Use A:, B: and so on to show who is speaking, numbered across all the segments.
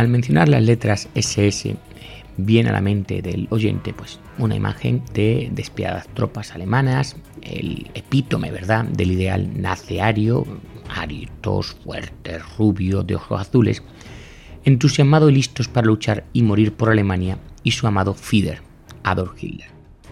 A: Al mencionar las letras SS, viene a la mente del oyente pues una imagen de despiadadas tropas alemanas, el epítome, ¿verdad?, del ideal nazi-ario, aritos, fuertes, rubios, de ojos azules, entusiasmados y listos para luchar y morir por Alemania y su amado Führer, Adolf Hitler.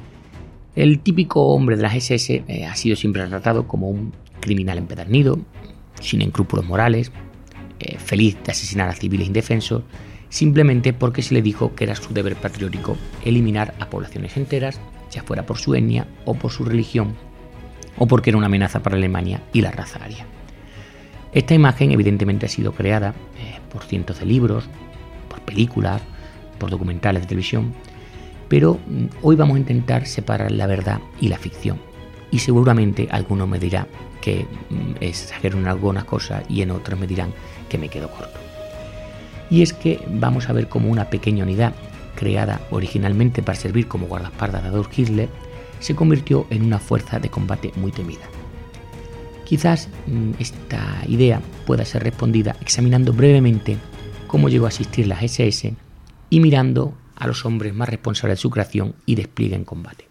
A: El típico hombre de las SS ha sido siempre retratado como un criminal empedernido, sin escrúpulos morales, feliz de asesinar a civiles indefensos, simplemente porque se le dijo que era su deber patriótico eliminar a poblaciones enteras, ya fuera por su etnia o por su religión, o porque era una amenaza para Alemania y la raza aria. Esta imagen evidentemente ha sido creada por cientos de libros, por películas, por documentales de televisión, pero hoy vamos a intentar separar la verdad y la ficción. Y seguramente algunos me dirán que exagero en algunas cosas y en otras me dirán que me quedo corto. Y es que vamos a ver cómo una pequeña unidad, creada originalmente para servir como guardaespaldas de Adolf Hitler, se convirtió en una fuerza de combate muy temida. Quizás esta idea pueda ser respondida examinando brevemente cómo llegó a existir las SS y mirando a los hombres más responsables de su creación y despliegue en combate.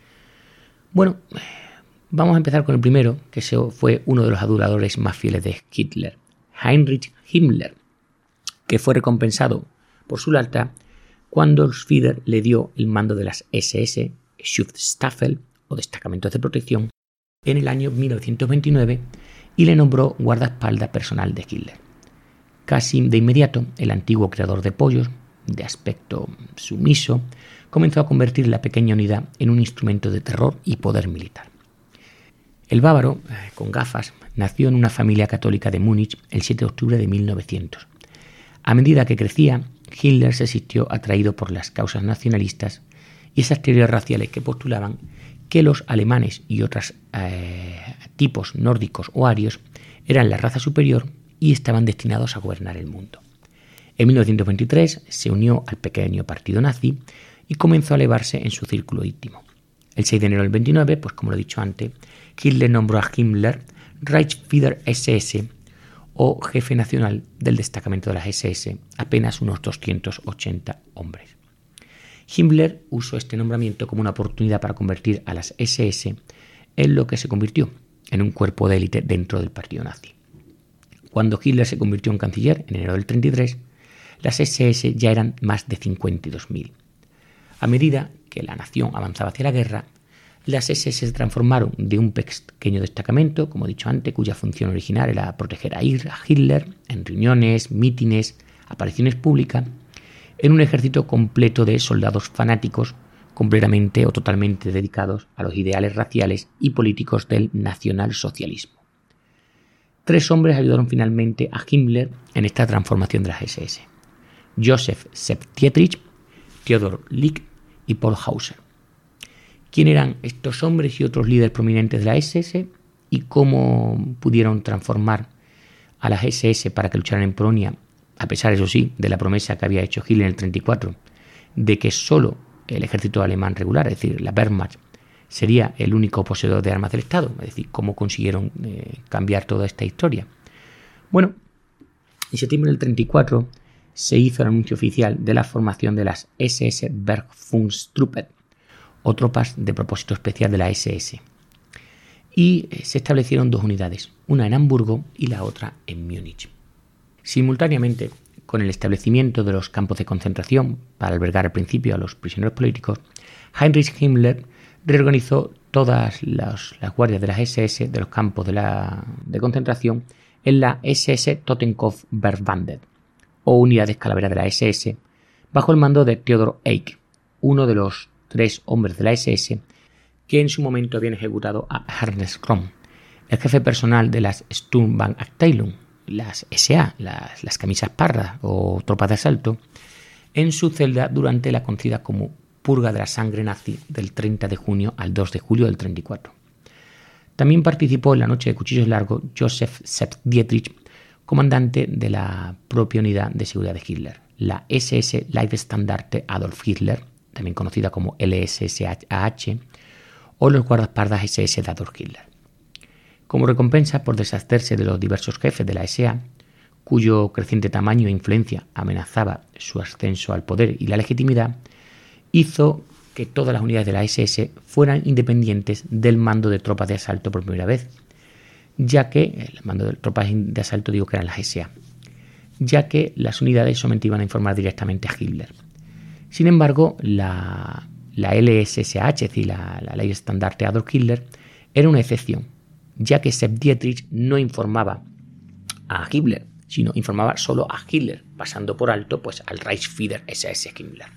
A: Bueno, vamos a empezar con el primero, que fue uno de los aduladores más fieles de Hitler, Heinrich Himmler, que fue recompensado por su lealtad cuando el Führer le dio el mando de las SS, Schutzstaffel o destacamentos de protección, en el año 1929 y le nombró guardaespaldas personal de Hitler. Casi de inmediato, el antiguo creador de pollos, de aspecto sumiso, comenzó a convertir la pequeña unidad en un instrumento de terror y poder militar. El bávaro, con gafas, nació en una familia católica de Múnich el 7 de octubre de 1900. A medida que crecía, Hitler se sintió atraído por las causas nacionalistas y esas teorías raciales que postulaban que los alemanes y otros tipos nórdicos o arios eran la raza superior y estaban destinados a gobernar el mundo. En 1923 se unió al pequeño partido nazi y comenzó a elevarse en su círculo íntimo. El 6 de enero del 29, pues como lo he dicho antes, Hitler nombró a Himmler Reichsführer SS o jefe nacional del destacamento de las SS, apenas unos 280 hombres. Himmler usó este nombramiento como una oportunidad para convertir a las SS en lo que se convirtió, en un cuerpo de élite dentro del partido nazi. Cuando Hitler se convirtió en canciller en enero del 33, las SS ya eran más de 52.000. A medida que la nación avanzaba hacia la guerra, las SS se transformaron de un pequeño destacamento, como he dicho antes, cuya función original era proteger a Hitler en reuniones, mítines, apariciones públicas, en un ejército completo de soldados fanáticos, completamente o totalmente dedicados a los ideales raciales y políticos del nacionalsocialismo. 3 hombres ayudaron finalmente a Himmler en esta transformación de las SS: Joseph Sepp Dietrich, Theodor Lick y Paul Hauser. ¿Quién eran estos hombres y otros líderes prominentes de la SS y cómo pudieron transformar a las SS para que lucharan en Polonia, a pesar, eso sí, de la promesa que había hecho Hitler en el 34 de que solo el ejército alemán regular, es decir, la Wehrmacht, sería el único poseedor de armas del Estado? Es decir, ¿cómo consiguieron cambiar toda esta historia? Bueno, en septiembre del 34 se hizo el anuncio oficial de la formación de las SS Bergfungstruppen, o tropas de propósito especial de la SS. Y se establecieron 2 unidades, una en Hamburgo y la otra en Múnich. Simultáneamente con el establecimiento de los campos de concentración para albergar al principio a los prisioneros políticos, Heinrich Himmler reorganizó todas las guardias de las SS de los campos de concentración en la SS Totenkopfverbände, o unidades calaveras de la SS, bajo el mando de Theodor Eicke, uno de los 3 hombres de la SS que en su momento habían ejecutado a Ernst Röhm, el jefe personal de las Sturmbannabteilung, las SA, las camisas pardas o tropas de asalto, en su celda durante la conocida como purga de la sangre nazi del 30 de junio al 2 de julio del 34. También participó en la noche de cuchillos largos Joseph Sepp Dietrich, comandante de la propia unidad de seguridad de Hitler, la SS Leibstandarte Adolf Hitler, también conocida como LSSAH, o los guardaespaldas SS de Adolf Hitler. Como recompensa por deshacerse de los diversos jefes de la SA, cuyo creciente tamaño e influencia amenazaba su ascenso al poder y la legitimidad, hizo que todas las unidades de la SS fueran independientes del mando de tropas de asalto por primera vez, ya que el mando de tropas de asalto digo que eran las SA, ya que las unidades solamente iban a informar directamente a Hitler. Sin embargo, la LSSH, es decir, la ley estandarte Adolf Hitler, era una excepción, ya que Sepp Dietrich no informaba a Hitler, sino informaba solo a Hitler, pasando por alto pues, al Reichsführer SS Himmler.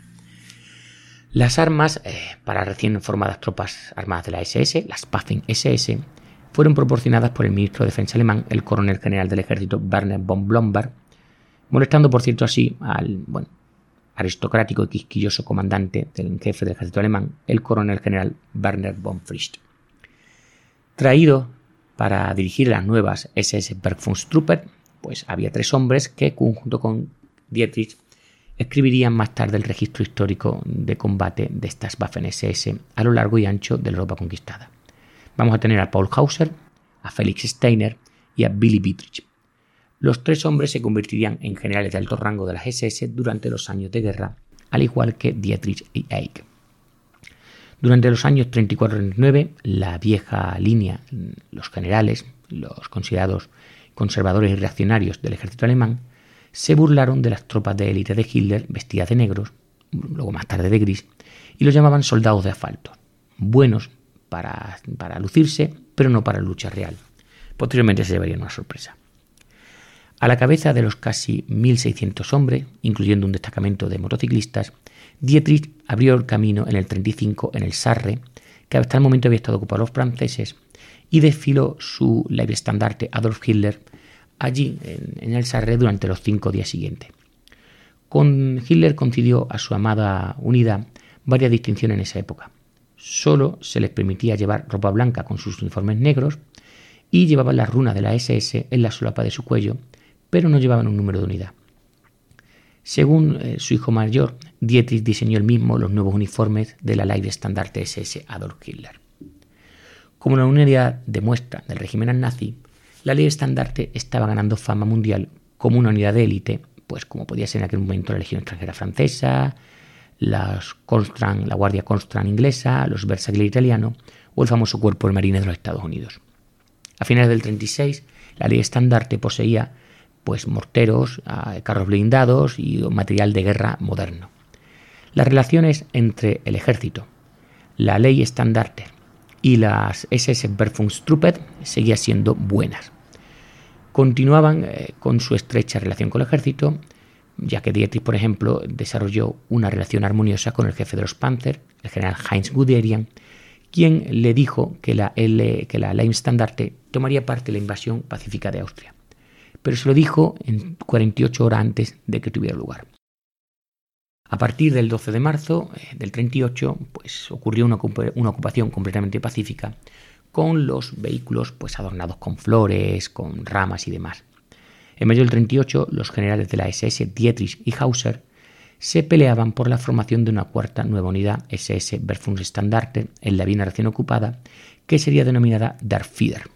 A: Las armas para recién formadas tropas armadas de la SS, las Waffen-SS, fueron proporcionadas por el ministro de Defensa alemán, el coronel general del ejército Werner von Blomberg, molestando por cierto así al aristocrático y quisquilloso comandante del jefe del ejército alemán, el coronel general Werner von Fritsch. Traído para dirigir las nuevas SS Bergfungstruppen, pues había 3 hombres que, junto con Dietrich, escribirían más tarde el registro histórico de combate de estas Waffen-SS a lo largo y ancho de la Europa conquistada. Vamos a tener a Paul Hauser, a Felix Steiner y a Willy Dietrich. Los 3 hombres se convertirían en generales de alto rango de las SS durante los años de guerra, al igual que Dietrich y Eick. Durante los años 34-39, la vieja línea, los generales, los considerados conservadores y reaccionarios del ejército alemán, se burlaron de las tropas de élite de Hitler vestidas de negros, luego más tarde de gris, y los llamaban soldados de asfalto, buenos para lucirse, pero no para la lucha real. Posteriormente se llevarían una sorpresa. A la cabeza de los casi 1.600 hombres, incluyendo un destacamento de motociclistas, Dietrich abrió el camino en el 35 en el Sarre, que hasta el momento había estado ocupado por los franceses, y desfiló su Leibstandarte Adolf Hitler allí en el Sarre durante los 5 días siguientes. Hitler concedió a su amada unidad varias distinciones en esa época. Solo se les permitía llevar ropa blanca con sus uniformes negros y llevaban las runas de la SS en la solapa de su cuello, pero no llevaban un número de unidad. Según su hijo mayor, Dietrich diseñó él mismo los nuevos uniformes de la Leibstandarte SS Adolf Hitler. Como la unidad de muestra del régimen nazi, la Leibstandarte estaba ganando fama mundial como una unidad de élite, pues como podía ser en aquel momento la Legión Extranjera Francesa, la Guardia Constrán inglesa, los Bersaglieri italianos o el famoso Cuerpo de Marines de los Estados Unidos. A finales del 36, la Leibstandarte poseía pues morteros, carros blindados y material de guerra moderno. Las relaciones entre el ejército, la Leibstandarte y las SS Bergfungstruppen seguían siendo buenas. Continuaban con su estrecha relación con el ejército, ya que Dietrich, por ejemplo, desarrolló una relación armoniosa con el jefe de los Panzer, el general Heinz Guderian, quien le dijo que la Leibstandarte tomaría parte en la invasión pacífica de Austria, pero se lo dijo en 48 horas antes de que tuviera lugar. A partir del 12 de marzo del 38, pues, ocurrió una ocupación completamente pacífica con los vehículos pues, adornados con flores, con ramas y demás. En mayo del 38, los generales de la SS, Dietrich y Hauser, se peleaban por la formación de una cuarta nueva unidad SS Bergfungstandarte en la Viena recién ocupada, que sería denominada Der Führer.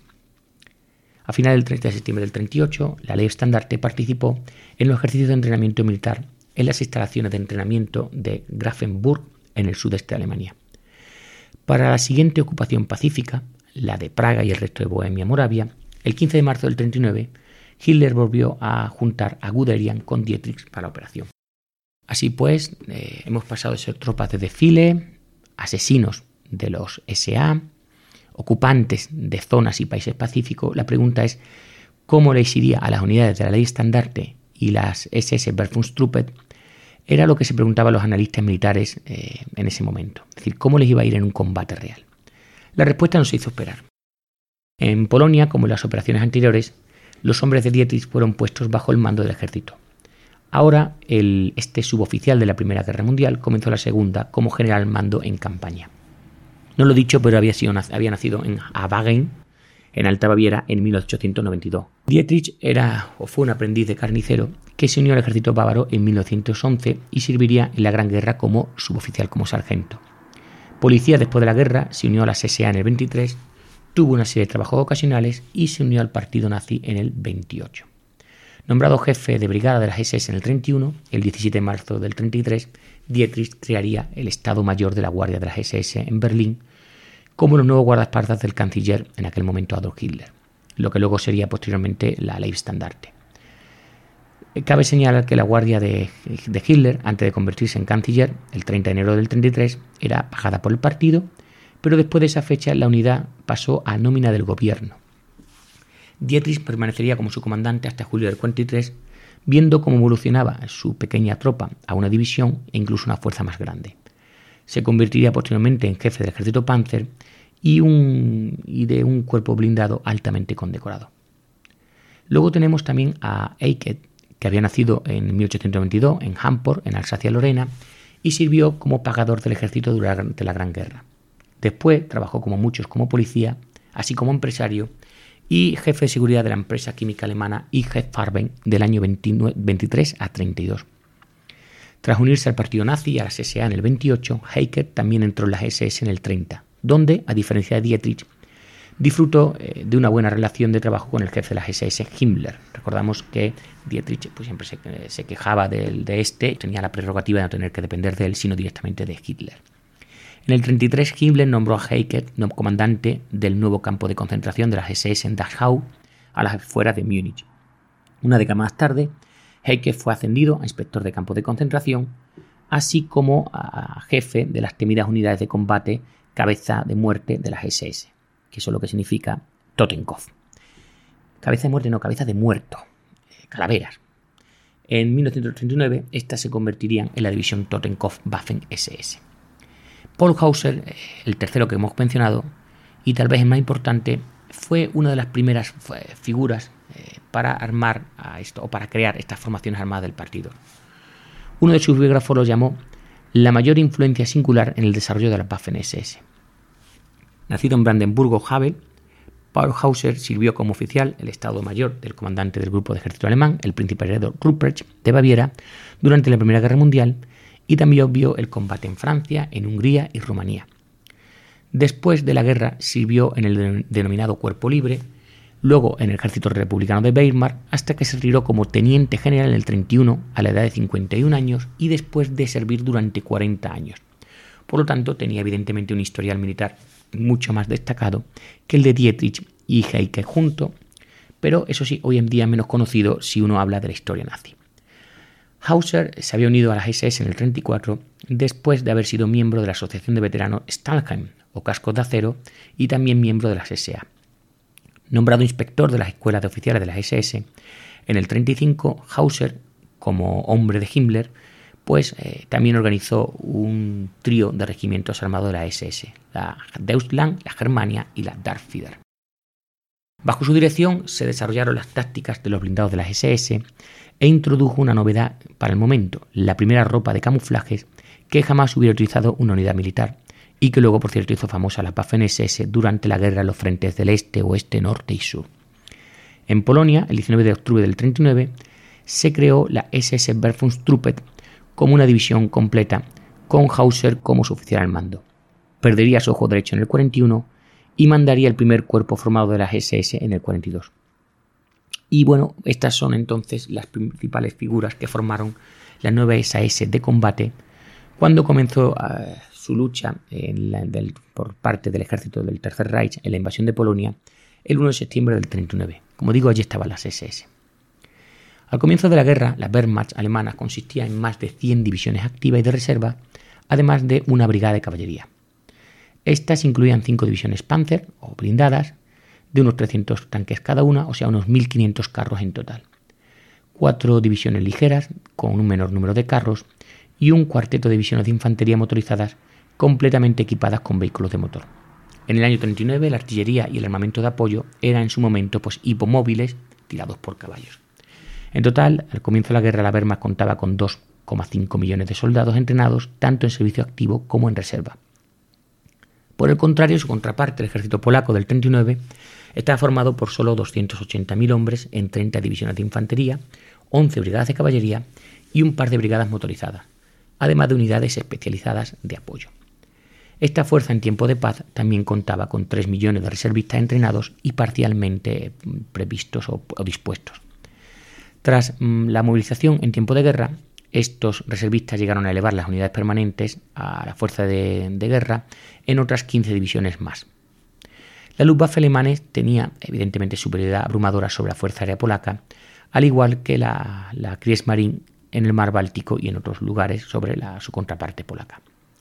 A: A finales del 30 de septiembre del 38, la Leibstandarte participó en los ejercicios de entrenamiento militar en las instalaciones de entrenamiento de Grafenburg, en el sudeste de Alemania. Para la siguiente ocupación pacífica, la de Praga y el resto de Bohemia-Moravia, el 15 de marzo del 39, Hitler volvió a juntar a Guderian con Dietrich para la operación. Así pues, hemos pasado de ser tropas de desfile, asesinos de los SA, ocupantes de zonas y países pacíficos. La pregunta es cómo les iría a las unidades de la Leibstandarte y las SS Bergfungstruppen. Era lo que se preguntaban los analistas militares en ese momento. Es decir, cómo les iba a ir en un combate real. La respuesta no se hizo esperar. En Polonia, como en las operaciones anteriores, los hombres de Dietrich fueron puestos bajo el mando del ejército. Ahora, este suboficial de la Primera Guerra Mundial comenzó la Segunda como general mando en campaña. No lo he dicho, pero había nacido en Havagen, en Alta Baviera, en 1892. Dietrich fue un aprendiz de carnicero que se unió al ejército bávaro en 1911 y serviría en la Gran Guerra como suboficial, como sargento. Policía después de la guerra, se unió a la SA en el 23, tuvo una serie de trabajos ocasionales y se unió al partido nazi en el 28. Nombrado jefe de brigada de las SS en el 31, el 17 de marzo del 33, Dietrich crearía el Estado Mayor de la Guardia de las SS en Berlín como los nuevos guardaespaldas del canciller en aquel momento Adolf Hitler, lo que luego sería posteriormente la Leibstandarte. Cabe señalar que la guardia de Hitler, antes de convertirse en canciller, el 30 de enero del 33, era pagada por el partido, pero después de esa fecha la unidad pasó a nómina del gobierno. Dietrich permanecería como su comandante hasta julio del 43, viendo cómo evolucionaba su pequeña tropa a una división e incluso una fuerza más grande. Se convertiría posteriormente en jefe del ejército Panzer y de un cuerpo blindado altamente condecorado. Luego tenemos también a Eckert, que había nacido en 1822 en Hamport, en Alsacia-Lorena, y sirvió como pagador del ejército durante la Gran Guerra. Después trabajó como muchos como policía, así como empresario y jefe de seguridad de la empresa química alemana IG Farben del año 23 a 32. Tras unirse al partido nazi y a las SA en el 28, Eckert también entró en las SS en el 30, donde, a diferencia de Dietrich, disfrutó de una buena relación de trabajo con el jefe de las SS, Himmler. Recordamos que Dietrich pues, siempre se quejaba de este, tenía la prerrogativa de no tener que depender de él, sino directamente de Hitler. En el 33, Himmler nombró a Eckert comandante del nuevo campo de concentración de las SS en Dachau, a las afueras de Múnich. Una década más tarde, Eckert fue ascendido a inspector de campo de concentración, así como a jefe de las temidas unidades de combate cabeza de muerte de las SS, que eso es lo que significa Totenkopf. Cabeza de muerte no, cabeza de muerto, calaveras. En 1939, estas se convertirían en la división Totenkopf-Waffen-SS. Paul Hauser, el tercero que hemos mencionado, y tal vez el más importante, fue una de las primeras figuras para armar o para crear estas formaciones armadas del partido. Uno de sus biógrafos lo llamó la mayor influencia singular en el desarrollo de las Waffen-SS. Nacido en Brandenburgo-Havel, Paul Hauser sirvió como oficial el Estado Mayor del comandante del grupo de ejército alemán, el príncipe heredero Ruprecht de Baviera, durante la Primera Guerra Mundial, y también vio el combate en Francia, en Hungría y Rumanía. Después de la guerra sirvió en el denominado Cuerpo Libre, luego en el ejército republicano de Weimar, hasta que se retiró como teniente general en el 31 a la edad de 51 años y después de servir durante 40 años. Por lo tanto, tenía evidentemente un historial militar mucho más destacado que el de Dietrich y Eckert junto, pero eso sí, hoy en día es menos conocido si uno habla de la historia nazi. Hauser se había unido a las SS en el 34 después de haber sido miembro de la Asociación de Veteranos Stahlhelm o Cascos de Acero y también miembro de las SA. Nombrado inspector de las escuelas de oficiales de las SS, en el 35 Hauser, como hombre de Himmler, pues también organizó un trío de regimientos armados de la SS, la Deutschland, la Germania y la Darmstadt. Bajo su dirección se desarrollaron las tácticas de los blindados de las SS e introdujo una novedad para el momento, la primera ropa de camuflajes que jamás hubiera utilizado una unidad militar y que luego, por cierto, hizo famosa la Waffen-SS durante la guerra en los frentes del este, oeste, norte y sur. En Polonia, el 19 de octubre del 39, se creó la SS Wehrführungstruppe como una división completa, con Hauser como su oficial al mando. Perdería su ojo derecho en el 41 y mandaría el primer cuerpo formado de las SS en el 42. Y bueno, estas son entonces las principales figuras que formaron la nueva SAS de combate cuando comenzó su lucha por parte del ejército del Tercer Reich en la invasión de Polonia el 1 de septiembre del 39. Como digo, allí estaban las SS. Al comienzo de la guerra, las Wehrmacht alemanas consistían en más de 100 divisiones activas y de reserva, además de una brigada de caballería. Estas incluían 5 divisiones Panzer o blindadas, de unos 300 tanques cada una, o sea, unos 1.500 carros en total. 4 divisiones ligeras, con un menor número de carros, y un cuarteto de divisiones de infantería motorizadas completamente equipadas con vehículos de motor. En el año 39, la artillería y el armamento de apoyo eran en su momento hipomóviles tirados por caballos. En total, al comienzo de la guerra, la Wehrmacht contaba con 2,5 millones de soldados entrenados, tanto en servicio activo como en reserva. Por el contrario, su contraparte, el ejército polaco del 39, estaba formado por solo 280.000 hombres en 30 divisiones de infantería, 11 brigadas de caballería y un par de brigadas motorizadas, además de unidades especializadas de apoyo. Esta fuerza en tiempo de paz también contaba con 3 millones de reservistas entrenados y parcialmente previstos o dispuestos. Tras la movilización en tiempo de guerra, estos reservistas llegaron a elevar las unidades permanentes a la fuerza de guerra en otras 15 divisiones más. La Luftwaffe alemana tenía evidentemente superioridad abrumadora sobre la fuerza aérea polaca, al igual que la Kriegsmarine en el mar Báltico y en otros lugares sobre su contraparte polaca.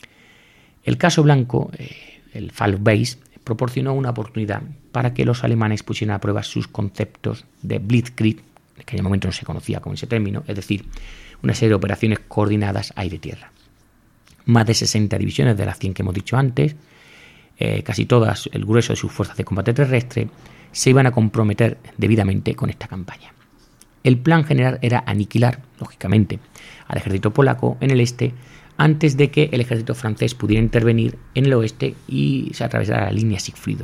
A: El caso blanco, el Fall of Base, proporcionó una oportunidad para que los alemanes pusieran a prueba sus conceptos de Blitzkrieg, que en aquel momento no se conocía con ese término, es decir, una serie de operaciones coordinadas aire-tierra. Más de 60 divisiones de las 100 que hemos dicho antes, casi todas, el grueso de sus fuerzas de combate terrestre, se iban a comprometer debidamente con esta campaña. El plan general era aniquilar, lógicamente, al ejército polaco en el este antes de que el ejército francés pudiera intervenir en el oeste y se atravesara la línea Siegfried.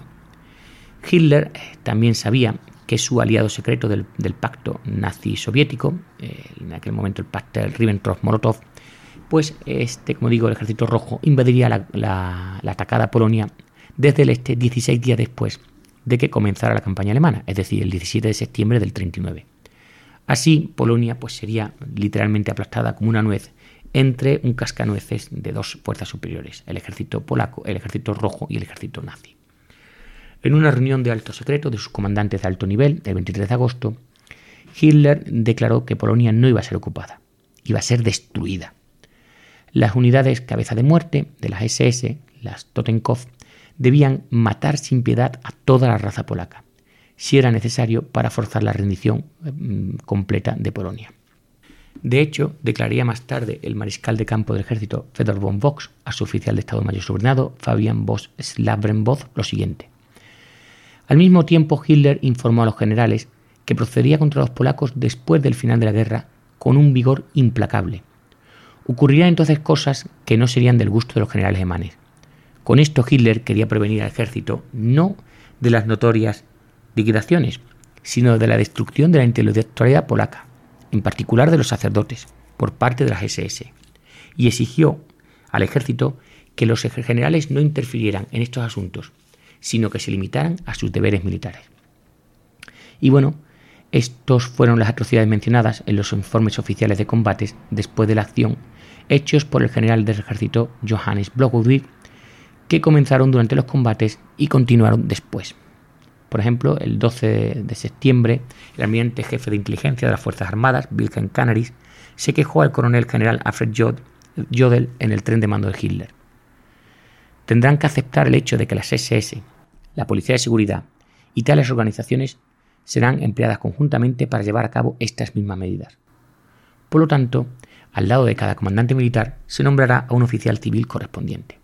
A: Hitler también sabía que su aliado secreto del pacto nazi-soviético, en aquel momento el pacto Ribbentrop-Molotov, pues como digo, el ejército rojo invadiría la atacada Polonia desde el este 16 días después de que comenzara la campaña alemana, es decir, el 17 de septiembre del 39. Así, Polonia pues sería literalmente aplastada como una nuez entre un cascanueces de dos fuerzas superiores, el ejército polaco, el ejército rojo y el ejército nazi. En una reunión de alto secreto de sus comandantes de alto nivel, el 23 de agosto, Hitler declaró que Polonia no iba a ser ocupada, iba a ser destruida. Las unidades cabeza de muerte de las SS, las Totenkopf, debían matar sin piedad a toda la raza polaca, si era necesario para forzar la rendición completa de Polonia. De hecho, declararía más tarde el mariscal de campo del ejército Fedor von Bock a su oficial de Estado Mayor subordinado Fabian Voss Slabrenboth lo siguiente. Al mismo tiempo, Hitler informó a los generales que procedería contra los polacos después del final de la guerra con un vigor implacable. Ocurrirían entonces cosas que no serían del gusto de los generales alemanes. Con esto Hitler quería prevenir al ejército no de las notorias liquidaciones, sino de la destrucción de la intelectualidad polaca, en particular de los sacerdotes, por parte de las SS, y exigió al ejército que los generales no interfirieran en estos asuntos, sino que se limitaran a sus deberes militares. Y bueno, estos fueron las atrocidades mencionadas en los informes oficiales de combates después de la acción, hechos por el general del ejército Johannes Blaugrud, que comenzaron durante los combates y continuaron después. Por ejemplo, el 12 de septiembre, el almirante jefe de inteligencia de las Fuerzas Armadas, Wilhelm Canaris, se quejó al coronel general Alfred Jodl en el tren de mando de Hitler. Tendrán que aceptar el hecho de que las SS, la Policía de Seguridad y tales organizaciones serán empleadas conjuntamente para llevar a cabo estas mismas medidas. Por lo tanto, al lado de cada comandante militar se nombrará a un oficial civil correspondiente.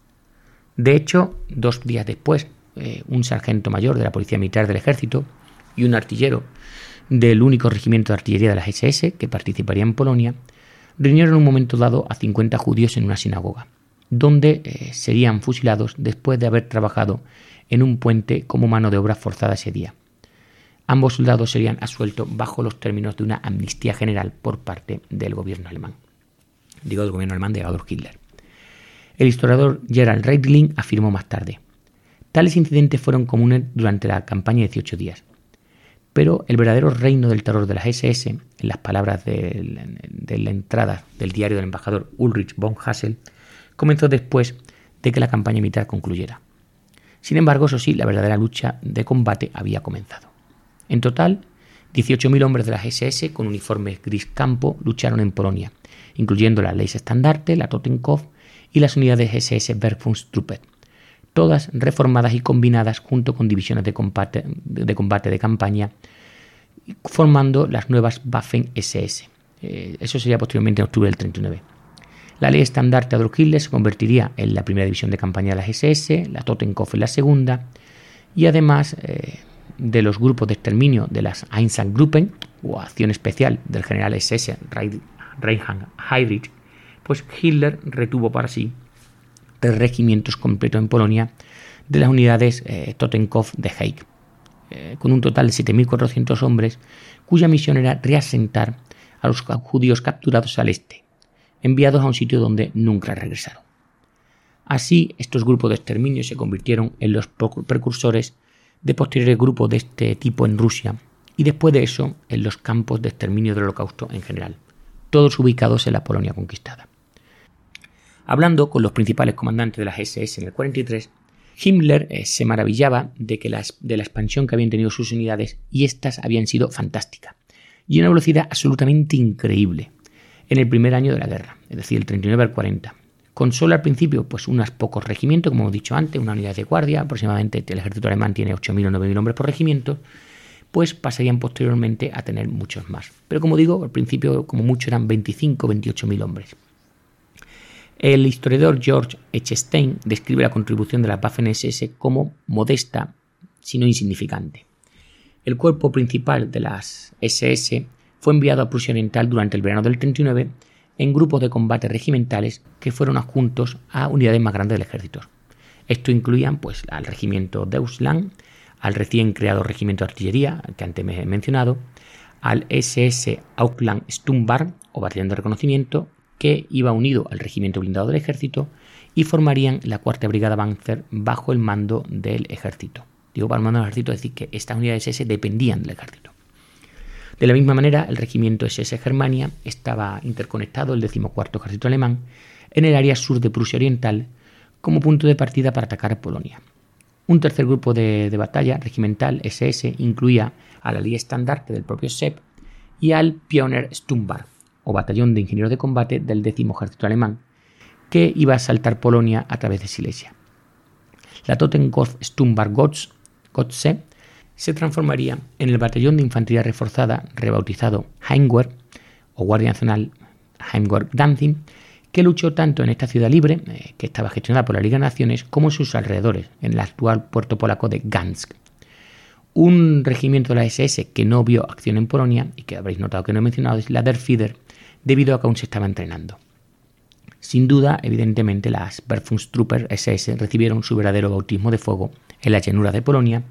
A: De hecho, 2 días después, un sargento mayor de la Policía Militar del Ejército y un artillero del único regimiento de artillería de las SS que participaría en Polonia, reunieron en un momento dado a 50 judíos en una sinagoga, donde serían fusilados después de haber trabajado en un puente como mano de obra forzada ese día. Ambos soldados serían absueltos bajo los términos de una amnistía general por parte del gobierno alemán. Digo, del gobierno alemán de Adolf Hitler. El historiador Gerald Reitling afirmó más tarde: tales incidentes fueron comunes durante la campaña de 18 días. Pero el verdadero reino del terror de las SS, en las palabras de la entrada del diario del embajador Ulrich von Hassel, comenzó después de que la campaña militar concluyera. Sin embargo, eso sí, la verdadera lucha de combate había comenzado. En total, 18.000 hombres de las SS con uniformes gris campo lucharon en Polonia, incluyendo la Leibstandarte, la Totenkopf y las unidades SS Bergungstruppe, todas reformadas y combinadas junto con divisiones de combate de campaña, formando las nuevas Waffen-SS. Eso sería posteriormente en octubre del 39. La Leibstandarte Adolf Hitler se convertiría en la primera división de campaña de las SS, la Totenkopf en la segunda, y además de los grupos de exterminio de las Einsatzgruppen o acción especial del general SS Reinhard Heydrich, pues Hitler retuvo para sí 3 regimientos completos en Polonia de las unidades Totenkopf de Haig, con un total de 7.400 hombres, cuya misión era reasentar a los judíos capturados al este, enviados a un sitio donde nunca regresaron. Así, estos grupos de exterminio se convirtieron en los precursores de posteriores grupos de este tipo en Rusia, y después de eso en los campos de exterminio del Holocausto en general, todos ubicados en la Polonia conquistada. Hablando con los principales comandantes de las SS en el 43, Himmler se maravillaba de la expansión que habían tenido sus unidades, y estas habían sido fantásticas y a una velocidad absolutamente increíble en el primer año de la guerra, es decir, el 39 al 40. Con solo al principio pues unos pocos regimientos, como hemos dicho antes, una unidad de guardia, aproximadamente el ejército alemán tiene 8.000 o 9.000 hombres por regimiento, pues pasarían posteriormente a tener muchos más. Pero como digo, al principio como mucho eran 25 o 28.000 hombres. El historiador George Echstein describe la contribución de las Waffen-SS como modesta, sino insignificante. El cuerpo principal de las SS fue enviado a Prusia Oriental durante el verano del 39 en grupos de combate regimentales que fueron adjuntos a unidades más grandes del ejército. Esto incluían pues, al regimiento Deutschland, al recién creado regimiento de artillería, que antes me he mencionado, al SS Auckland Sturmbahn o batallón de reconocimiento, que iba unido al regimiento blindado del ejército, y formarían la 4ª Brigada Panzer bajo el mando del ejército. Digo bajo el mando del ejército, es decir, que estas unidades SS dependían del ejército. De la misma manera, el regimiento SS Germania estaba interconectado, el 14º ejército alemán, en el área sur de Prusia Oriental, como punto de partida para atacar a Polonia. Un tercer grupo de batalla regimental SS incluía a la Línea Estandarte del propio Sepp y al Pioner Sturmbahn, o batallón de ingenieros de combate del 10º ejército alemán, que iba a asaltar Polonia a través de Silesia. La Totenkopf Sturmbahn Gotze se transformaría en el batallón de infantería reforzada rebautizado Heimwehr o Guardia Nacional Heimwehr Gdanzig, que luchó tanto en esta ciudad libre, que estaba gestionada por la Liga de Naciones, como en sus alrededores, en el actual puerto polaco de Gdansk. Un regimiento de la SS que no vio acción en Polonia, y que habréis notado que no he mencionado, es la Der Fieder, debido a que aún se estaba entrenando. Sin duda, evidentemente, las Wehrführungstruppen SS recibieron su verdadero bautismo de fuego en la llanura de Polonia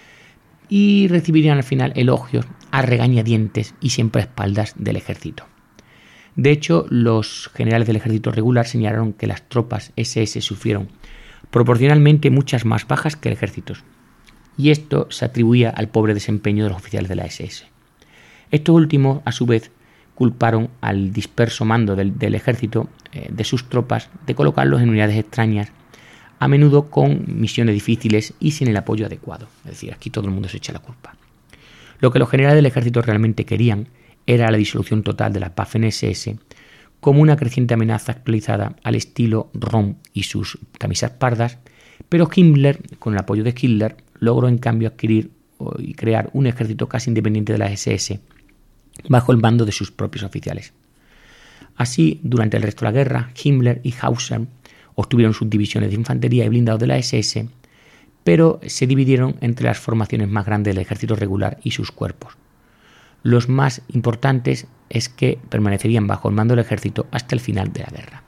A: y recibirían al final elogios a regañadientes y siempre a espaldas del ejército. De hecho, los generales del ejército regular señalaron que las tropas SS sufrieron proporcionalmente muchas más bajas que el ejército, y esto se atribuía al pobre desempeño de los oficiales de la SS. Estos últimos, a su vez, culparon al disperso mando del ejército de sus tropas de colocarlos en unidades extrañas, a menudo con misiones difíciles y sin el apoyo adecuado. Es decir, aquí todo el mundo se echa la culpa. Lo que los generales del ejército realmente querían era la disolución total de las Waffen-SS como una creciente amenaza actualizada al estilo Rom y sus camisas pardas, pero Himmler, con el apoyo de Hitler, logró en cambio adquirir y crear un ejército casi independiente de las SS bajo el mando de sus propios oficiales. Así, durante el resto de la guerra, Himmler y Hauser obtuvieron sus divisiones de infantería y blindados de la SS, pero se dividieron entre las formaciones más grandes del ejército regular y sus cuerpos. Los más importantes es que permanecerían bajo el mando del ejército hasta el final de la guerra.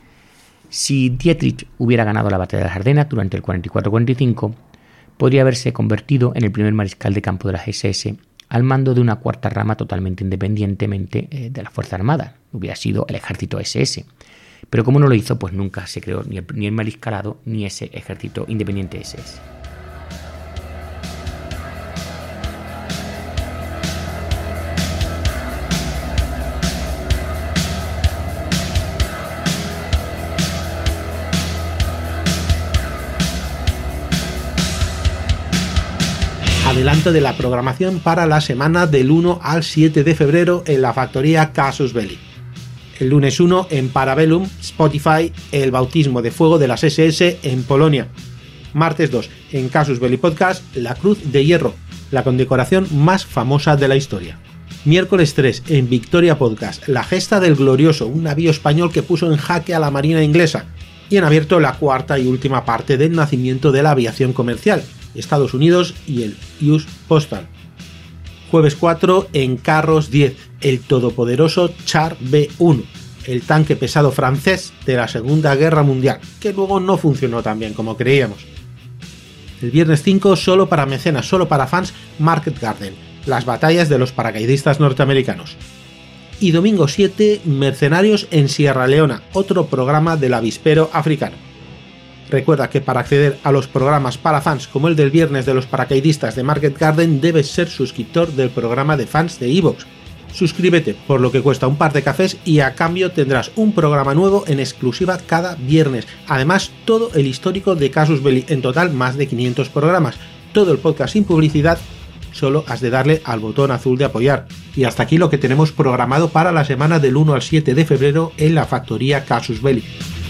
A: Si Dietrich hubiera ganado la batalla de las Ardenas durante el 44-45, podría haberse convertido en el primer mariscal de campo de las SS al mando de una cuarta rama totalmente independientemente de la Fuerza Armada. Hubiera sido el ejército SS. Pero como no lo hizo, pues nunca se creó ni el mariscalado ni ese ejército independiente SS.
B: Adelanto de la programación para la semana del 1 al 7 de febrero en la factoría Casus Belli. El lunes 1 en Parabellum, Spotify, el bautismo de fuego de las SS en Polonia. Martes 2 en Casus Belli Podcast, la Cruz de Hierro, la condecoración más famosa de la historia. Miércoles 3 en Victoria Podcast, la gesta del Glorioso, un navío español que puso en jaque a la marina inglesa. Y en abierto la cuarta y última parte del nacimiento de la aviación comercial, Estados Unidos y el US Postal. Jueves 4 en Carros 10, el todopoderoso Char B1, el tanque pesado francés de la Segunda Guerra Mundial, que luego no funcionó tan bien como creíamos. El viernes 5 solo para mecenas, solo para fans, Market Garden, las batallas de los paracaidistas norteamericanos. Y domingo 7, Mercenarios en Sierra Leona, otro programa del avispero africano. Recuerda que para acceder a los programas para fans como el del viernes de los paracaidistas de Market Garden debes ser suscriptor del programa de fans de iVoox. Suscríbete por lo que cuesta un par de cafés y a cambio tendrás un programa nuevo en exclusiva cada viernes. Además, todo el histórico de Casus Belli, en total más de 500 programas. Todo el podcast sin publicidad, solo has de darle al botón azul de apoyar. Y hasta aquí lo que tenemos programado para la semana del 1 al 7 de febrero en la factoría Casus Belli.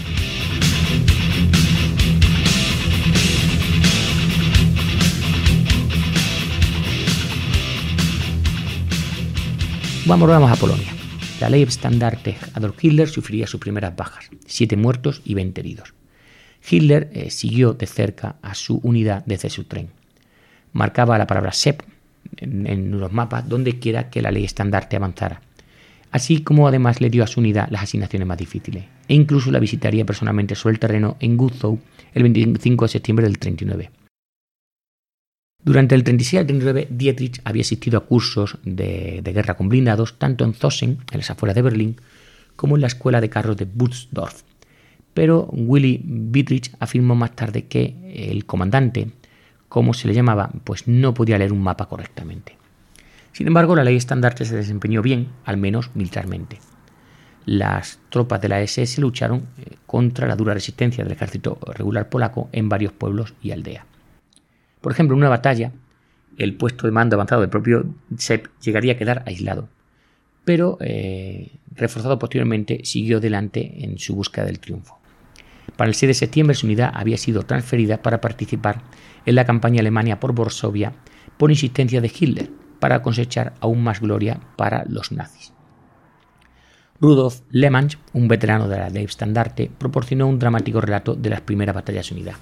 A: Vamos a Polonia. La Leibstandarte Adolf Hitler sufriría sus primeras bajas, 7 muertos y 20 heridos. Hitler siguió de cerca a su unidad desde su tren. Marcaba la palabra SEP en los mapas donde quiera que la Leibstandarte avanzara, así como además le dio a su unidad las asignaciones más difíciles, e incluso la visitaría personalmente sobre el terreno en Gutzau el 25 de septiembre del 39. Durante el 36 al 39, Dietrich había asistido a cursos de guerra con blindados tanto en Zossen, en las afueras de Berlín, como en la escuela de carros de Buxdorf. Pero Willy Dietrich afirmó más tarde que el comandante, como se le llamaba, pues no podía leer un mapa correctamente. Sin embargo, la Leibstandarte se desempeñó bien, al menos militarmente. Las tropas de la SS lucharon contra la dura resistencia del ejército regular polaco en varios pueblos y aldeas. Por ejemplo, en una batalla, el puesto de mando avanzado del propio Sepp llegaría a quedar aislado, pero reforzado posteriormente siguió adelante en su búsqueda del triunfo. Para el 6 de septiembre su unidad había sido transferida para participar en la campaña alemana por Varsovia por insistencia de Hitler, para cosechar aún más gloria para los nazis. Rudolf Lehmann, un veterano de la Leibstandarte, proporcionó un dramático relato de las primeras batallas de su unidad.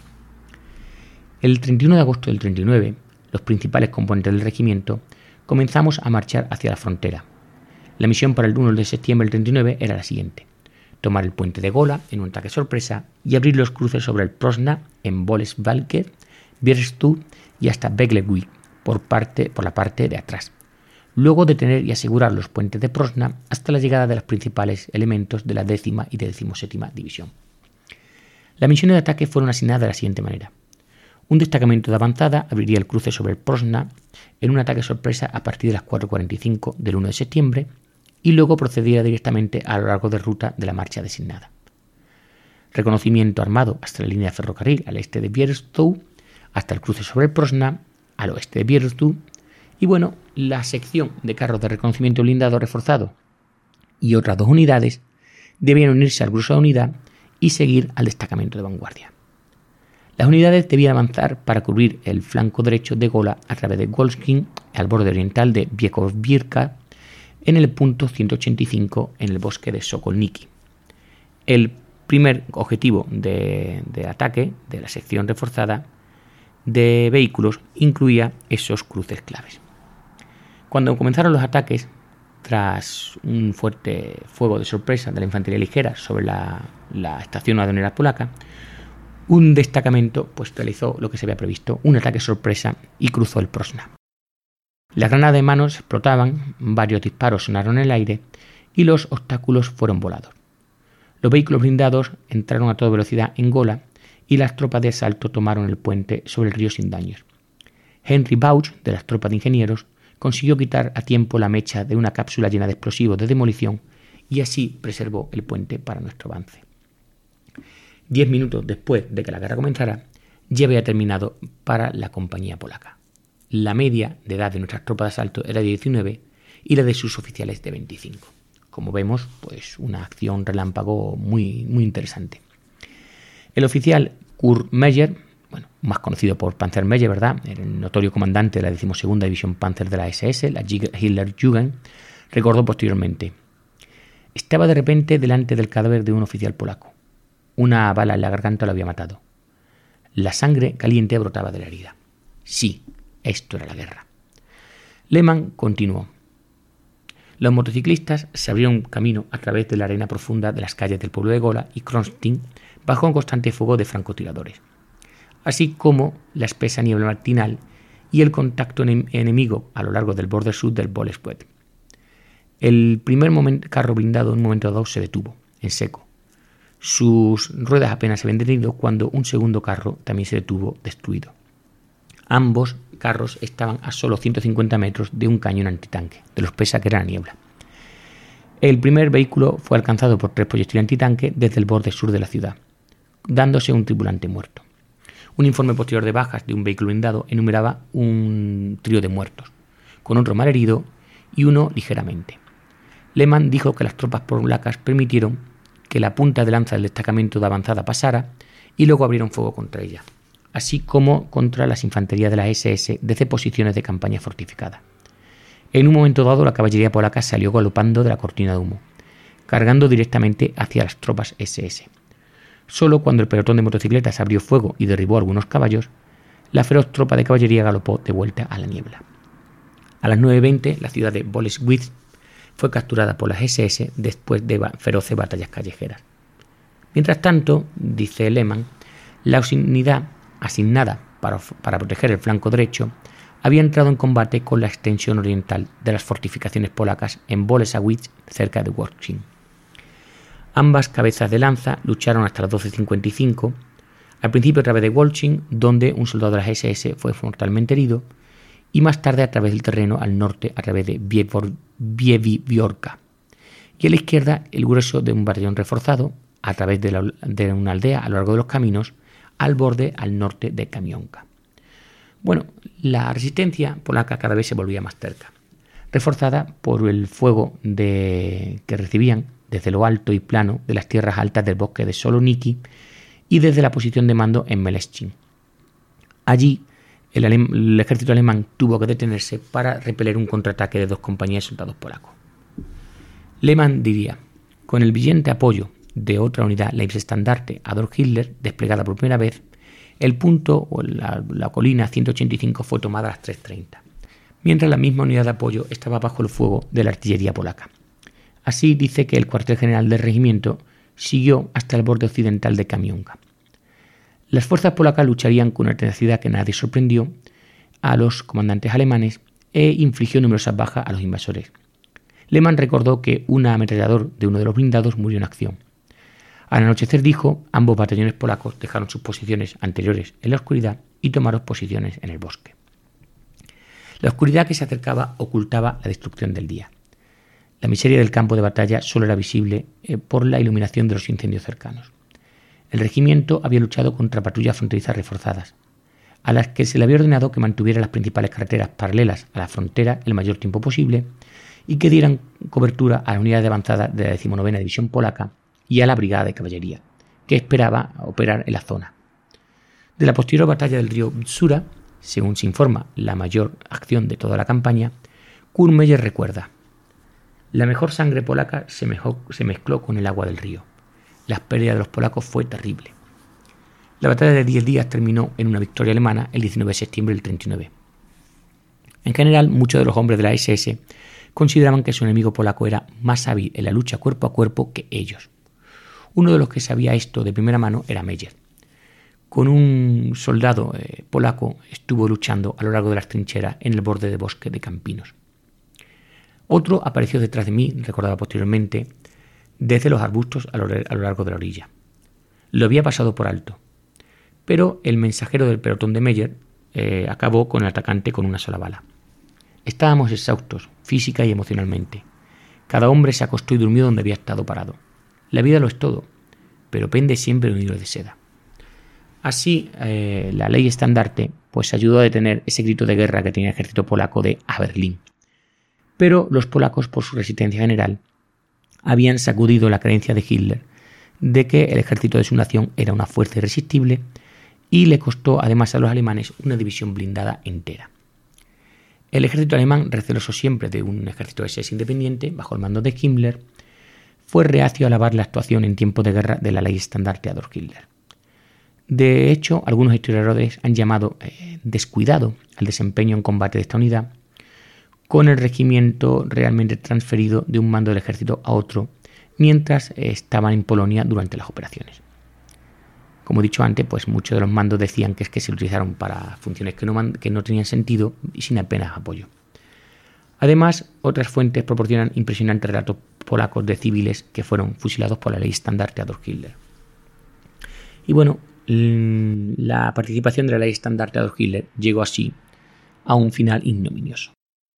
A: El 31 de agosto del 39, los principales componentes del regimiento comenzamos a marchar hacia la frontera. La misión para el 1 de septiembre del 39 era la siguiente: tomar el puente de Gola en un ataque sorpresa y abrir los cruces sobre el Prosna en Bolesvalke, Bierstu y hasta Beglevik por la parte de atrás. Luego detener y asegurar los puentes de Prosna hasta la llegada de los principales elementos de la 10ª y 17ª división. Las misiones de ataque fueron asignadas de la siguiente manera: un destacamento de avanzada abriría el cruce sobre el Prosna en un ataque sorpresa a partir de las 4:45 del 1 de septiembre y luego procedería directamente a lo largo de ruta de la marcha designada. Reconocimiento armado hasta la línea de ferrocarril al este de Bierstu, hasta el cruce sobre el Prosna al oeste de Bierstu, y bueno, la sección de carros de reconocimiento blindado reforzado y otras 2 unidades debían unirse al grueso de unidad y seguir al destacamento de vanguardia. Las unidades debían avanzar para cubrir el flanco derecho de Gola a través de Golskin al borde oriental de Biekovbirka en el punto 185 en el bosque de Sokolniki. El primer objetivo de ataque de la sección reforzada de vehículos incluía esos cruces claves. Cuando comenzaron los ataques, tras un fuerte fuego de sorpresa de la infantería ligera sobre la estación aduanera polaca, un destacamento realizó lo que se había previsto, un ataque sorpresa, y cruzó el Prosna. Las granadas de mano explotaban, varios disparos sonaron en el aire y los obstáculos fueron volados. Los vehículos blindados entraron a toda velocidad en Gola y las tropas de asalto tomaron el puente sobre el río sin daños. Henry Bauch, de las tropas de ingenieros, consiguió quitar a tiempo la mecha de una cápsula llena de explosivos de demolición y así preservó el puente para nuestro avance. 10 minutos después de que la guerra comenzara, ya había terminado para la compañía polaca. La media de edad de nuestras tropas de asalto era de 19 y la de sus oficiales de 25. Como vemos, una acción relámpago muy, muy interesante. El oficial Kurt Meyer, más conocido por Panzer Meyer, ¿verdad?, era el notorio comandante de la 12ª División Panzer de la SS, la Hitlerjugend, recordó posteriormente: estaba de repente delante del cadáver de un oficial polaco. Una bala en la garganta lo había matado. La sangre caliente brotaba de la herida. Sí, esto era la guerra. Lehmann continuó: los motociclistas se abrieron camino a través de la arena profunda de las calles del pueblo de Gola y Kronstein bajo un constante fuego de francotiradores, así como la espesa niebla matinal y el contacto enemigo a lo largo del borde sur del Boleswed. El primer carro blindado en un momento dado se detuvo, en seco. Sus ruedas apenas se habían detenido cuando un segundo carro también se detuvo destruido. Ambos carros estaban a solo 150 metros de un cañón antitanque, de lo espesa que era la niebla. El primer vehículo fue alcanzado por 3 proyectiles antitanque desde el borde sur de la ciudad, dándose un tripulante muerto. Un informe posterior de bajas de un vehículo blindado enumeraba un trío de muertos, con otro malherido y uno ligeramente. Lehmann dijo que las tropas polacas permitieron que la punta de lanza del destacamento de avanzada pasara y luego abrieron fuego contra ella, así como contra las infanterías de la SS desde posiciones de campaña fortificadas. En un momento dado, la caballería polaca salió galopando de la cortina de humo, cargando directamente hacia las tropas SS. Solo cuando el pelotón de motocicletas abrió fuego y derribó algunos caballos, la feroz tropa de caballería galopó de vuelta a la niebla. A las 9:20, la ciudad de Boleswitz fue capturada por las SS después de feroces batallas callejeras. Mientras tanto, dice Lehmann, la unidad asignada para proteger el flanco derecho había entrado en combate con la extensión oriental de las fortificaciones polacas en Bolesławicz, cerca de Wolsztyn. Ambas cabezas de lanza lucharon hasta las 12:55, al principio a través de Wolsztyn, donde un soldado de las SS fue mortalmente herido, y más tarde a través del terreno al norte a través de Biewiorka, y a la izquierda el grueso de un batallón reforzado a través de una aldea a lo largo de los caminos al borde al norte de Kamionka. Bueno, la resistencia polaca cada vez se volvía más cerca, reforzada por el fuego que recibían desde lo alto y plano de las tierras altas del bosque de Soloniki y desde la posición de mando en Meleschin. Allí, el ejército alemán tuvo que detenerse para repeler un contraataque de 2 compañías de soldados polacos. Lehmann diría: con el brillante apoyo de otra unidad Leibstandarte Adolf Hitler, desplegada por primera vez, el punto o la colina 185 fue tomada a las 3:30, mientras la misma unidad de apoyo estaba bajo el fuego de la artillería polaca. Así dice que el cuartel general del regimiento siguió hasta el borde occidental de Kamionka. Las fuerzas polacas lucharían con una tenacidad que nadie sorprendió a los comandantes alemanes e infligió numerosas bajas a los invasores. Lehmann recordó que un ametrallador de uno de los blindados murió en acción. Al anochecer, dijo, ambos batallones polacos dejaron sus posiciones anteriores en la oscuridad y tomaron posiciones en el bosque. La oscuridad que se acercaba ocultaba la destrucción del día. La miseria del campo de batalla solo era visible por la iluminación de los incendios cercanos. El regimiento había luchado contra patrullas fronterizas reforzadas, a las que se le había ordenado que mantuvieran las principales carreteras paralelas a la frontera el mayor tiempo posible y que dieran cobertura a la unidad de avanzada de la 19ª División Polaca y a la Brigada de Caballería, que esperaba operar en la zona. De la posterior batalla del río Bzura, según se informa la mayor acción de toda la campaña, Kurt Meyer recuerda: la mejor sangre polaca se mezcló con el agua del río. La pérdida de los polacos fue terrible. La batalla de 10 días terminó en una victoria alemana el 19 de septiembre del 39. En general, muchos de los hombres de la SS consideraban que su enemigo polaco era más hábil en la lucha cuerpo a cuerpo que ellos. Uno de los que sabía esto de primera mano era Meyer. Con un soldado polaco estuvo luchando a lo largo de las trincheras en el borde del bosque de Campinos. Otro apareció detrás de mí, recordaba posteriormente, desde los arbustos a lo largo de la orilla. Lo había pasado por alto, pero el mensajero del pelotón de Meyer acabó con el atacante con una sola bala. Estábamos exhaustos, física y emocionalmente. Cada hombre se acostó y durmió donde había estado parado. La vida lo es todo, pero pende siempre de un hilo de seda. Así, la ley estandarte pues ayudó a detener ese grito de guerra que tenía el ejército polaco de a Berlín. Pero los polacos, por su resistencia general, habían sacudido la creencia de Hitler de que el ejército de su nación era una fuerza irresistible y le costó además a los alemanes una división blindada entera. El ejército alemán, receloso siempre de un ejército SS independiente, bajo el mando de Himmler, fue reacio a alabar la actuación en tiempo de guerra de la ley estandarte Adolf Hitler. De hecho, algunos historiadores han llamado descuidado al desempeño en combate de esta unidad, con el regimiento realmente transferido de un mando del ejército a otro mientras estaban en Polonia durante las operaciones. Como he dicho antes, pues muchos de los mandos decían que se utilizaron para funciones que no tenían sentido y sin apenas apoyo. Además, otras fuentes proporcionan impresionantes relatos polacos de civiles que fueron fusilados por la ley estandarte Adolf Hitler. Y bueno, la participación de la Leibstandarte Adolf Hitler llegó así a un final ignominioso.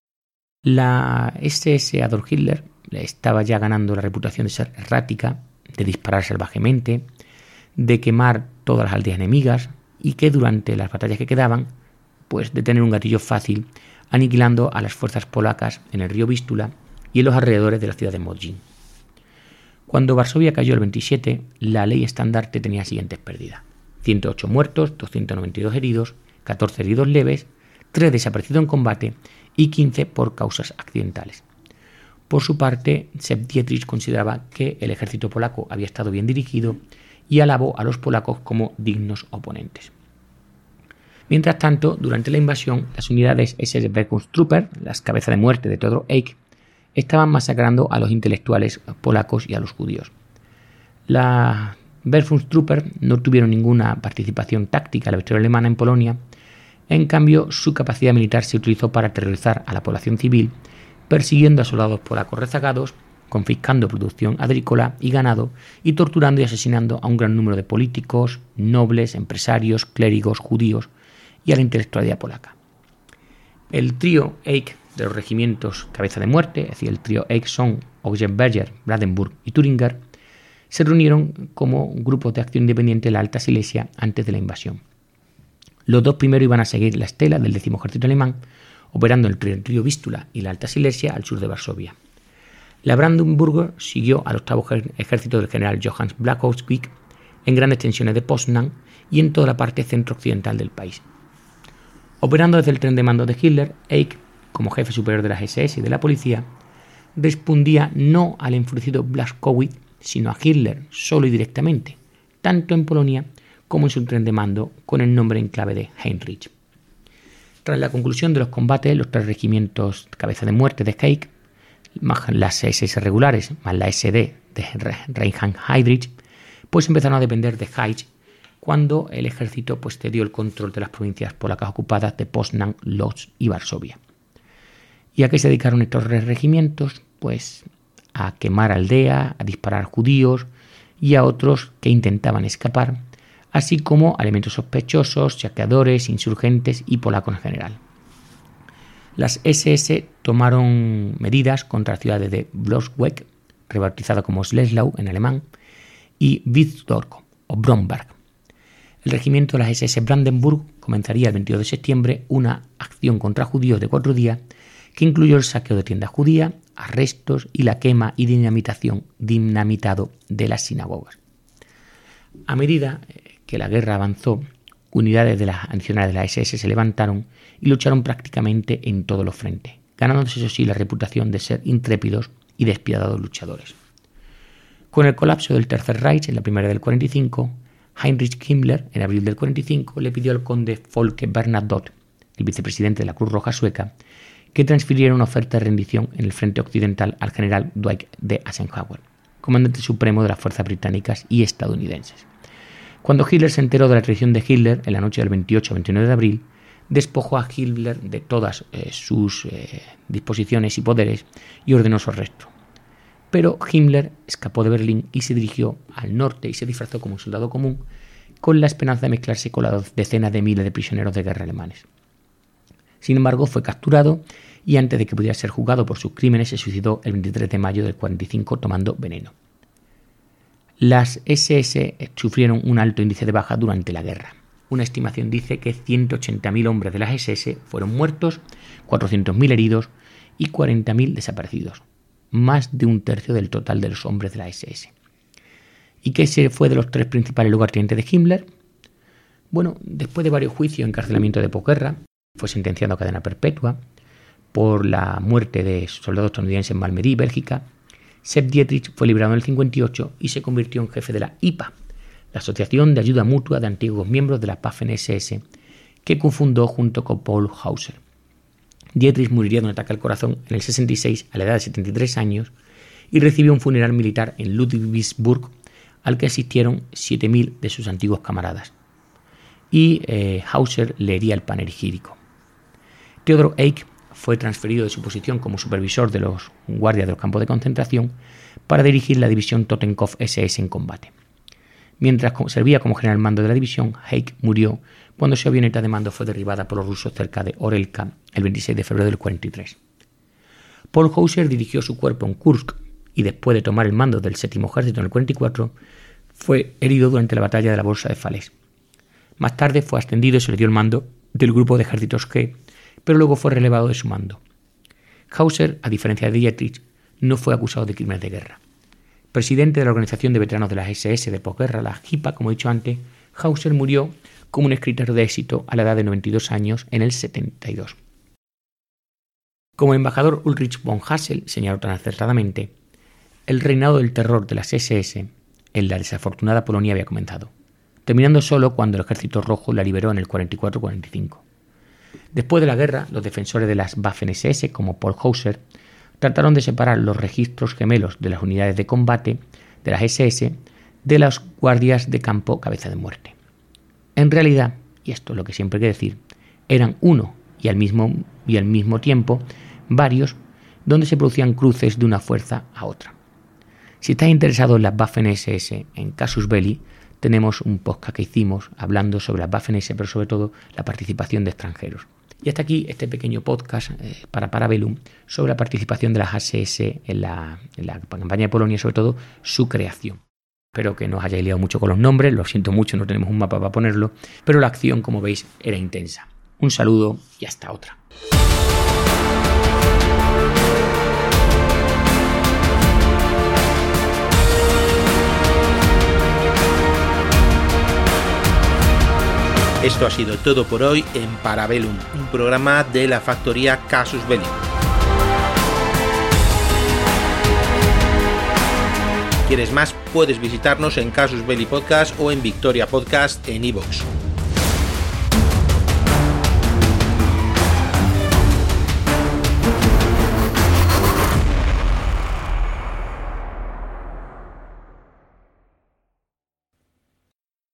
A: La SS Adolf Hitler estaba ya ganando la reputación de ser errática, de disparar salvajemente, de quemar todas las aldeas enemigas y que durante las batallas que quedaban, pues de tener un gatillo fácil, aniquilando a las fuerzas polacas en el río Vístula y en los alrededores de la ciudad de Modlin. Cuando Varsovia cayó el 27, la Leibstandarte tenía las siguientes pérdidas: 108 muertos, 292 heridos, 14 heridos leves, 3 desaparecidos en combate y 15 por causas accidentales. Por su parte, Sepp Dietrich consideraba que el ejército polaco había estado bien dirigido y alabó a los polacos como dignos oponentes. Mientras tanto, durante la invasión, las unidades SS Wehrmachtstruppen, las cabezas de muerte de Theodor Eicke, estaban masacrando a los intelectuales polacos y a los judíos. Las Wehrmachtstruppen no tuvieron ninguna participación táctica en la victoria alemana en Polonia. En cambio, su capacidad militar se utilizó para aterrorizar a la población civil, persiguiendo a soldados polacos rezagados, confiscando producción agrícola y ganado y torturando y asesinando a un gran número de políticos, nobles, empresarios, clérigos, judíos y a la intelectualidad polaca. El trío Eicke de los regimientos cabeza de muerte, es decir, el trío Eicke son Augsburger, Brandenburg y Thüringer, se reunieron como grupos de acción independiente en la Alta Silesia antes de la invasión. Los dos primeros iban a seguir la estela del 10º ejército alemán, operando entre el río Vístula y la Alta Silesia al sur de Varsovia. La Brandenburger siguió al 8º ejército del general Johannes Blachowicz en grandes extensiones de Poznan y en toda la parte centro-occidental del país. Operando desde el tren de mando de Hitler, Eicke, como jefe superior de las SS y de la policía, respondía no al enfurecido Blachowicz, sino a Hitler solo y directamente, tanto en Polonia como en su tren de mando con el nombre en clave de Heinrich. Tras la conclusión de los combates, los 3 regimientos cabeza de muerte de Eicke, más las SS regulares, más la SD de Reinhard Heydrich, pues empezaron a depender de Heydrich cuando el ejército pues cedió el control de las provincias polacas ocupadas de Poznan, Lodz y Varsovia. ¿Y a qué se dedicaron estos 3 regimientos? Pues a quemar aldeas, a disparar judíos y a otros que intentaban escapar, así como a elementos sospechosos, saqueadores, insurgentes y polacos en general. Las SS tomaron medidas contra las ciudades de Bloschweg, rebautizada como Sleslau en alemán, y Wittdorf o Bromberg. El regimiento de las SS Brandenburg comenzaría el 22 de septiembre una acción contra judíos de 4 días que incluyó el saqueo de tiendas judías, arrestos y la quema y dinamitado de las sinagogas. A medida que la guerra avanzó, unidades de las adicionales de la SS se levantaron y lucharon prácticamente en todos los frentes, ganándose eso sí la reputación de ser intrépidos y despiadados luchadores. Con el colapso del Tercer Reich en la primavera del 45, Heinrich Himmler, en abril del 45, le pidió al conde Folke Bernadotte, el vicepresidente de la Cruz Roja Sueca, que transfiriera una oferta de rendición en el frente occidental al general Dwight D. Eisenhower, comandante supremo de las fuerzas británicas y estadounidenses. Cuando Hitler se enteró de la traición de Hitler en la noche del 28 al 29 de abril, despojó a Hitler de todas sus disposiciones y poderes y ordenó su arresto. Pero Himmler escapó de Berlín y se dirigió al norte y se disfrazó como un soldado común con la esperanza de mezclarse con las decenas de miles de prisioneros de guerra alemanes. Sin embargo, fue capturado y antes de que pudiera ser juzgado por sus crímenes se suicidó el 23 de mayo del 45 tomando veneno. Las SS sufrieron un alto índice de baja durante la guerra. Una estimación dice que 180.000 hombres de las SS fueron muertos, 400.000 heridos y 40.000 desaparecidos, más de un tercio del total de los hombres de la SS. ¿Y qué se fue de los 3 principales lugartenientes de Himmler? Bueno, después de varios juicios y encarcelamiento de posguerra, fue sentenciado a cadena perpetua por la muerte de soldados estadounidenses en Malmedy, Bélgica. Sepp Dietrich fue liberado en el 58 y se convirtió en jefe de la IPA, la Asociación de Ayuda Mutua de antiguos miembros de la Waffen-SS, que cofundó junto con Paul Hauser. Dietrich moriría de un ataque al corazón en el 66 a la edad de 73 años y recibió un funeral militar en Ludwigsburg al que asistieron 7.000 de sus antiguos camaradas. Y Hauser leería el panegírico. Theodor Eicke fue transferido de su posición como supervisor de los guardias de los campos de concentración para dirigir la división Totenkopf SS en combate. Mientras servía como general mando de la división, Haig murió cuando su avioneta de mando fue derribada por los rusos cerca de Orelka el 26 de febrero del 43. Paul Hauser dirigió su cuerpo en Kursk y después de tomar el mando del 7º ejército en el 44, fue herido durante la batalla de la Bolsa de Falaise. Más tarde fue ascendido y se le dio el mando del grupo de ejércitos G, pero luego fue relevado de su mando. Hauser, a diferencia de Dietrich, no fue acusado de crímenes de guerra. Presidente de la Organización de Veteranos de las SS de posguerra, la JIPA, como he dicho antes, Hauser murió como un escritor de éxito a la edad de 92 años en el 72. Como el embajador Ulrich von Hassel señaló tan acertadamente, el reinado del terror de las SS en la desafortunada Polonia había comenzado, terminando solo cuando el Ejército Rojo la liberó en el 44-45. Después de la guerra, los defensores de las Waffen-SS, como Paul Hauser, trataron de separar los registros gemelos de las unidades de combate de las SS de las guardias de campo cabeza de muerte. En realidad, y esto es lo que siempre hay que decir, eran uno y al mismo tiempo varios donde se producían cruces de una fuerza a otra. Si estás interesado en las Waffen-SS en Casus Belli, tenemos un podcast que hicimos hablando sobre las Waffen-SS, pero sobre todo la participación de extranjeros. Y hasta aquí este pequeño podcast para Parabellum sobre la participación de las SS en la campaña de Polonia, sobre todo su creación. Espero que no os hayáis liado mucho con los nombres, lo siento mucho, no tenemos un mapa para ponerlo, pero la acción, como veis, era intensa. Un saludo y hasta otra.
B: Esto ha sido todo por hoy en Parabellum, un programa de la factoría Casus Belli. ¿Quieres más? Puedes visitarnos en Casus Belli Podcast o en Victoria Podcast en iVoox.